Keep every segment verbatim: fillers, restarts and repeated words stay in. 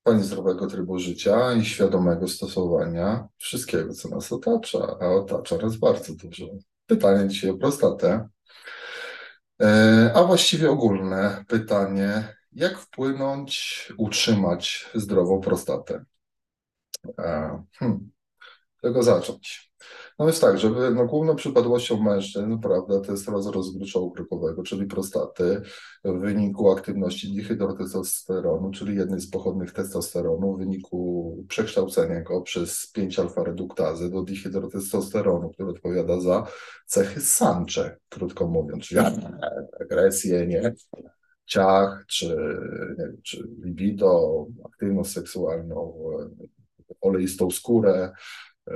Pani zdrowego trybu życia i świadomego stosowania wszystkiego, co nas otacza, a otacza nas bardzo dużo. Pytanie dzisiaj o prostatę, E, a właściwie ogólne pytanie, jak wpłynąć, utrzymać zdrową prostatę? E, Hmm. Czego zacząć? No jest tak, żeby no, główną przypadłością mężczyzn, prawda, to jest rozrost grcza ukrokowego, czyli prostaty, w wyniku aktywności dihydrotestosteronu, czyli jednej z pochodnych testosteronu, w wyniku przekształcenia go przez pięć alfa reduktazy do dihydrotestosteronu, który odpowiada za cechy sancze, krótko mówiąc, czyli agresję, nie? Ciach, czy, nie wiem, czy libido, aktywność seksualną, oleistą skórę, e,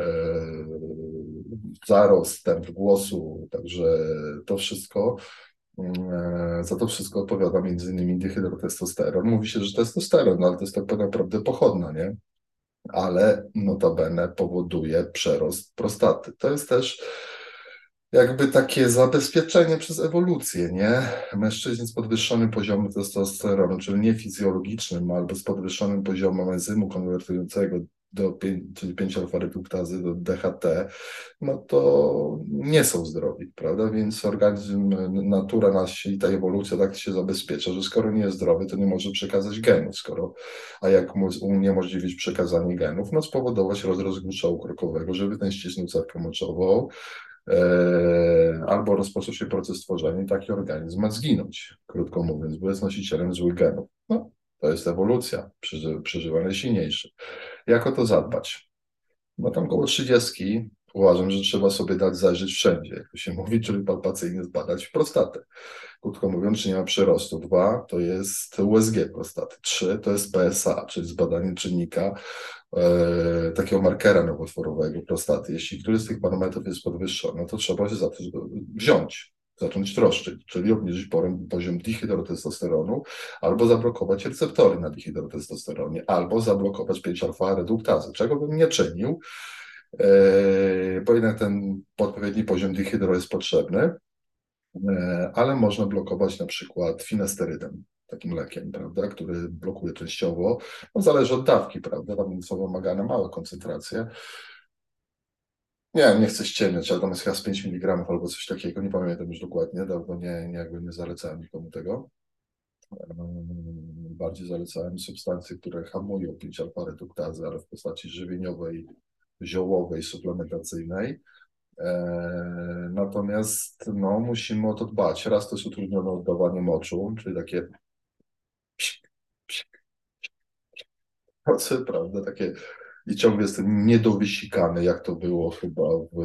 zarost, temp głosu, także to wszystko, e, za to wszystko odpowiada między innymi dihydrotestosteron. Mówi się, że testosteron, no ale to jest tak naprawdę pochodna, nie? Ale notabene powoduje przerost prostaty. To jest też jakby takie zabezpieczenie przez ewolucję, nie? Mężczyźni z podwyższonym poziomem testosteronu, czyli nie fizjologicznym, albo z podwyższonym poziomem enzymu konwertującego do pięć, czyli pięć alfa reduktazy do D H T, no to nie są zdrowi, prawda? Więc organizm, natura nas i ta ewolucja tak się zabezpiecza, że skoro nie jest zdrowy, to nie może przekazać genów, skoro, a jak mu uniemożliwić przekazanie genów? No spowodować rozrost grcza ukrokowego, żeby ten ścisnął cewkę moczową, e, albo rozpoczął się proces tworzenia i taki organizm ma zginąć, krótko mówiąc, bo jest nosicielem złych genów. No, to jest ewolucja, przeży, przeżywa najsilniejszy. Jak o to zadbać? No tam koło trzydziestki uważam, że trzeba sobie dać zajrzeć wszędzie, jak to się mówi, czyli palpacyjnie zbadać prostatę. Krótko mówiąc, czy nie ma przyrostu. Dwa, to jest U S G prostaty. Trzy, to jest P S A, czyli zbadanie czynnika e, takiego markera nowotworowego prostaty. Jeśli któryś z tych parametrów jest podwyższony, to trzeba się za to wziąć, zacząć troszczyć, czyli obniżyć poziom dihydrotestosteronu, albo zablokować receptory na dihydrotestosteronie, albo zablokować pięć alfa reduktazy, czego bym nie czynił, e, bo jednak ten odpowiedni poziom dihydro jest potrzebny, e, ale można blokować na przykład finasterydem, takim lekiem, prawda, który blokuje częściowo, no zależy od dawki, prawda, tam są wymagane małe koncentracje. Nie, nie chcę ściemniać, ale tam jest chyba z pięć miligramów albo coś takiego, nie pamiętam już dokładnie, dawno nie, nie, jakby nie zalecałem nikomu tego. Bardziej zalecałem substancje, które hamują pięć alfa reduktazy, ale w postaci żywieniowej, ziołowej, suplementacyjnej. E, natomiast no, musimy o to dbać. Raz to jest utrudnione oddawanie moczu, czyli takie psik, psik, nocy, prawda, takie i ciągle jestem niedowysikany, jak to było chyba w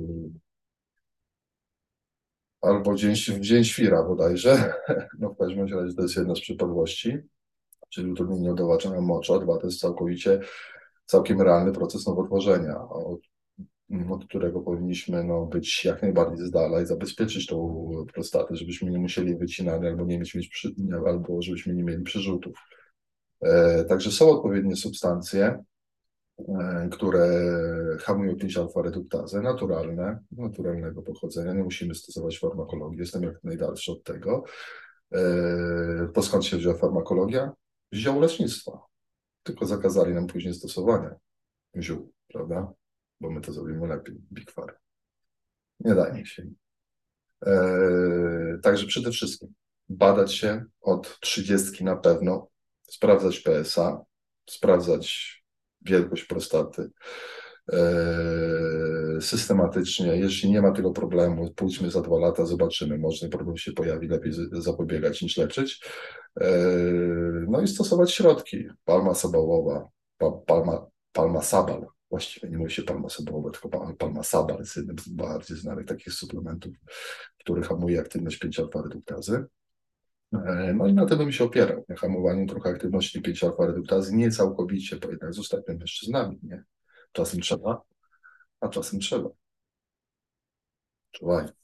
albo dzień, w dzień świra bodajże. No w każdym razie to jest jedna z przypadłości, czyli utrudnienie oddawania moczu, a dwa to jest całkowicie, całkiem realny proces nowotworzenia, od, od którego powinniśmy no, być jak najbardziej z dala i zabezpieczyć tą prostatę, żebyśmy nie musieli wycinać albo nie mieć, mieć przy, albo żebyśmy nie mieli przerzutów. E, także są odpowiednie substancje, e, które hamują pięć alfa reduktazę, naturalne, naturalnego pochodzenia. Nie musimy stosować farmakologii, jestem jak najdalszy od tego. E, to skąd się wzięła farmakologia? Z ziół lecznictwa. Tylko zakazali nam później stosowania ziół, prawda? Bo my to zrobimy lepiej, Big Pharma. Nie dajmy się. E, także przede wszystkim badać się od trzydziestki na pewno, sprawdzać P S A, sprawdzać wielkość prostaty e, systematycznie. Jeśli nie ma tego problemu, pójdźmy za dwa lata, zobaczymy, może ten problem się pojawi, lepiej zapobiegać niż leczyć. E, no i stosować środki. Palma sabałowa, pa, palma, palma sabal. Właściwie nie mówi się palma sabałowa, tylko palma sabal jest jednym z bardziej znanych takich suplementów, który hamuje aktywność pięć alfa reduktazy. No i na tym bym się opierał, na hamowaniu trochę aktywności pięć alfa reduktazy, nie całkowicie, bo jednak z ostatnimi mężczyznami, nie? Czasem trzeba, a czasem trzeba. Czuwaj.